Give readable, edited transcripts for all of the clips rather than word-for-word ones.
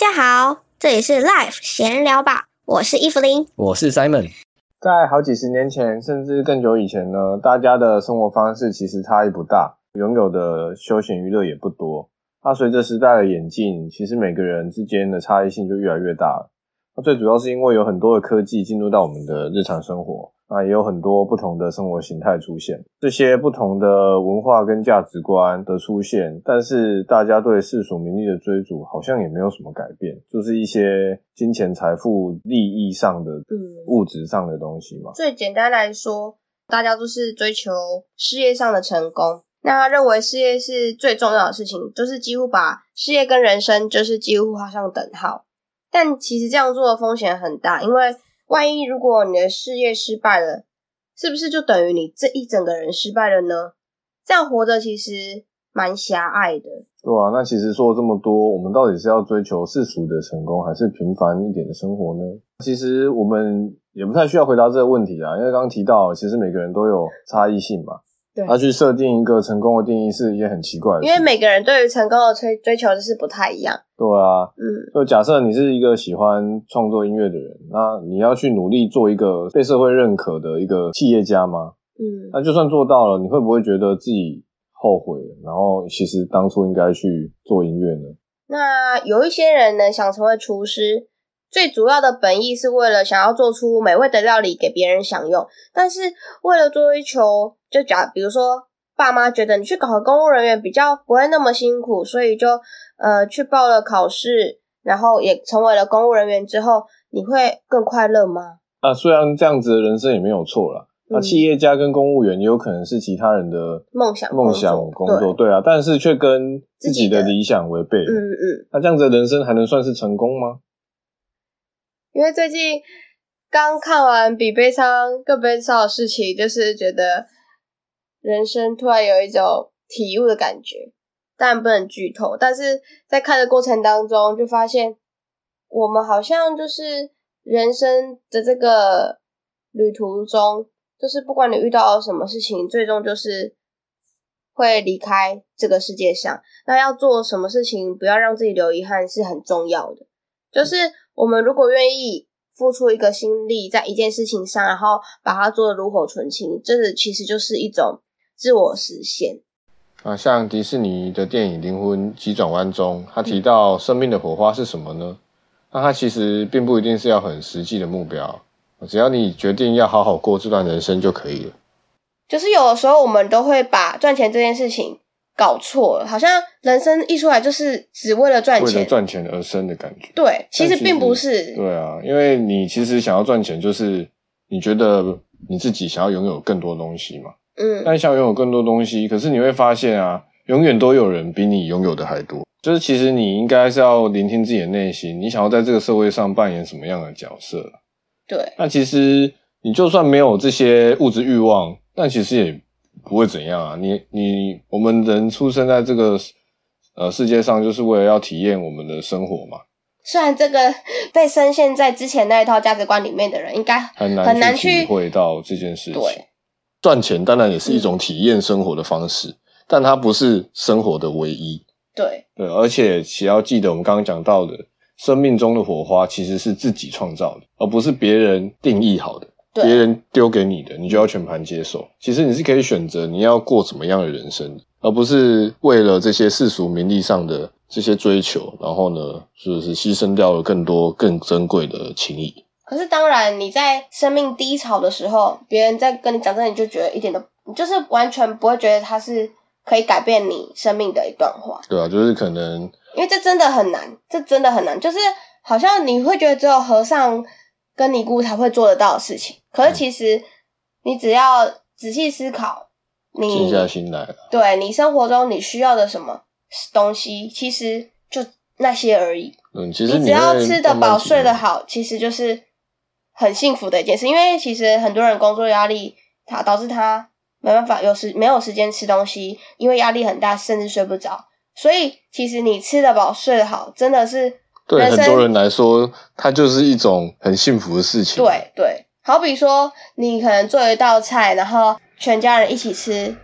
家好，这里是 Life 闲聊吧，我是伊芙琳， 我是 Simon。 在好几十年前甚至更久以前呢，大家的生活方式其实差异不大，拥有的休闲娱乐也不多。随着时代的演进，其实每个人之间的差异性就越来越大了。最主要是因为有很多的科技进入到我们的日常生活，也有很多不同的生活形态出现。这些不同的文化跟价值观的出现，但是大家对世俗名利的追逐好像也没有什么改变，就是一些金钱财富利益上的物质上的东西嘛。 最简单来说，大家都是追求事业上的成功，那他认为事业是最重要的事情，就是几乎把事业跟人生就是几乎画上等号。但其实这样做的风险很大，因为万一如果你的事业失败了，是不是就等于你这一整个人失败了呢？这样活着其实蛮狭隘的。 对啊，那其实说了这么多，我们到底是要追求世俗的成功，还是平凡一点的生活呢？其实我们也不太需要回答这个问题啦，因为刚刚提到其实每个人都有差异性嘛。 对， 他去设定一个成功的定义是一件很奇怪的事， 因为每个人对于成功的追求就是不太一样。 对啊，就假设你是一个喜欢创作音乐的人，那你要去努力做一个被社会认可的一个企业家吗？那就算做到了，你会不会觉得自己后悔了，然后其实当初应该去做音乐呢？ 那有一些人呢，想成为厨师，最主要的本意是为了想要做出美味的料理给别人享用，但是为了追求，比如说爸妈觉得你去考个公务人员比较不会那么辛苦，所以就去报了考试，然后也成为了公务人员之后，你会更快乐吗？ 虽然这样子的人生也没有错啦，企业家跟公务员也有可能是其他人的梦想工作，对啊，但是却跟自己的理想违背。那这样子的人生还能算是成功吗？ 因为最近刚看完比悲伤更悲伤的事情，就是觉得人生突然有一种体悟的感觉，当然不能剧透，但是在看的过程当中就发现我们好像就是人生的这个旅途中，就是不管你遇到了什么事情，最终就是会离开这个世界上，那要做什么事情不要让自己留遗憾是很重要的。就是我们如果愿意付出一个心力在一件事情上，然后把它做得炉火纯青，这其实就是一种自我实现。 像迪士尼的电影《灵魂急转弯》中，他提到生命的火花是什么呢？那它其实并不一定是要很实际的目标，只要你决定要好好过这段人生就可以了。 就是有的时候我们都会把赚钱这件事情搞错了，好像人生一出来就是只为了赚钱， 为了赚钱而生的感觉。 对，其实并不是。 对啊，因为你其实想要赚钱，就是你觉得你自己想要拥有更多东西嘛。但想拥有更多东西，可是你会发现永远都有人比你拥有的还多。就是其实你应该是要聆听自己的内心，你想要在这个社会上扮演什么样的角色。 对， 那其实你就算没有这些物质欲望，但其实也不会怎样啊。我们人出生在这个世界上，就是为了要体验我们的生活嘛。 虽然这个被深陷在之前那一套价值观里面的人，应该很难去体会到这件事情。 对， 赚钱当然也是一种体验生活的方式，但它不是生活的唯一。 对， 而且也要记得我们刚刚讲到的，生命中的火花其实是自己创造的，而不是别人定义好的。别人丢给你的，你就要全盘接受。其实你是可以选择你要过怎么样的人生，而不是为了这些世俗名利上的这些追求，然后呢，就是牺牲掉了更多更珍贵的情谊。 可是当然，你在生命低潮的时候，别人在跟你讲这，你就觉得一点都，你就是完全不会觉得它是可以改变你生命的一段话。 对啊，就是可能， 因为这真的很难，就是好像你会觉得只有和尚跟尼姑才会做得到的事情，可是其实你只要仔细思考，你静下心来， 对你生活中你需要的什么东西，其实就那些而已。 其实你只要吃得饱睡得好，其实就是很幸福的一件事。因为其实很多人工作压力导致他没办法没有时间吃东西，因为压力很大甚至睡不着。所以其实你吃得饱睡得好真的是对很多人来说它就是一种很幸福的事情。 对，好比说你可能做一道菜，然后全家人一起吃，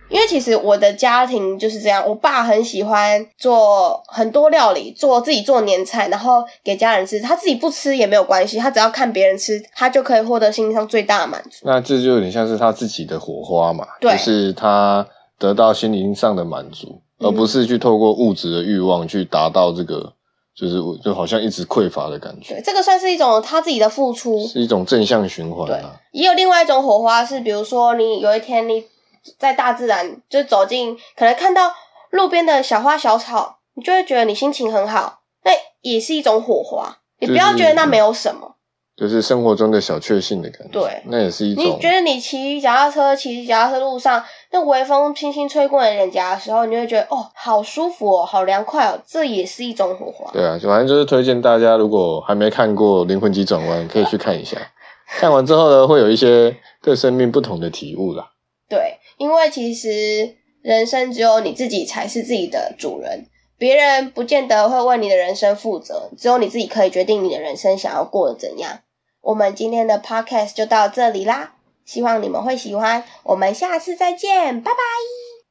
因为其实我的家庭就是这样，我爸很喜欢做很多料理，自己做年菜，然后给家人吃，他自己不吃也没有关系，他只要看别人吃，他就可以获得心理上最大的满足。 那这就有点像是他自己的火花嘛， 对， 就是他得到心灵上的满足，而不是去透过物质的欲望去达到这个，就好像一直匮乏的感觉。 对，这个算是一种他自己的付出， 是一种正向循环啊。 对，也有另外一种火花是，比如说你有一天你在大自然就走进，可能看到路边的小花小草，你就会觉得你心情很好，那也是一种火花。你不要觉得那没有什么， 就是生活中的小确幸的感觉。 对， 那也是一种。 你觉得你骑脚踏车路上，那微风轻轻吹过你脸颊的时候，你会觉得哦，好舒服哦，好凉快哦，这也是一种火花。 对啊，反正就是推荐大家，如果还没看过《灵魂急转弯》，可以去看一下。看完之后呢，会有一些对生命不同的体悟啦。 对，因为其实人生只有你自己才是自己的主人，别人不见得会为你的人生负责，只有你自己可以决定你的人生想要过得怎样。我们今天的 podcast 就到这里啦，希望你们会喜欢，我们下次再见，拜拜。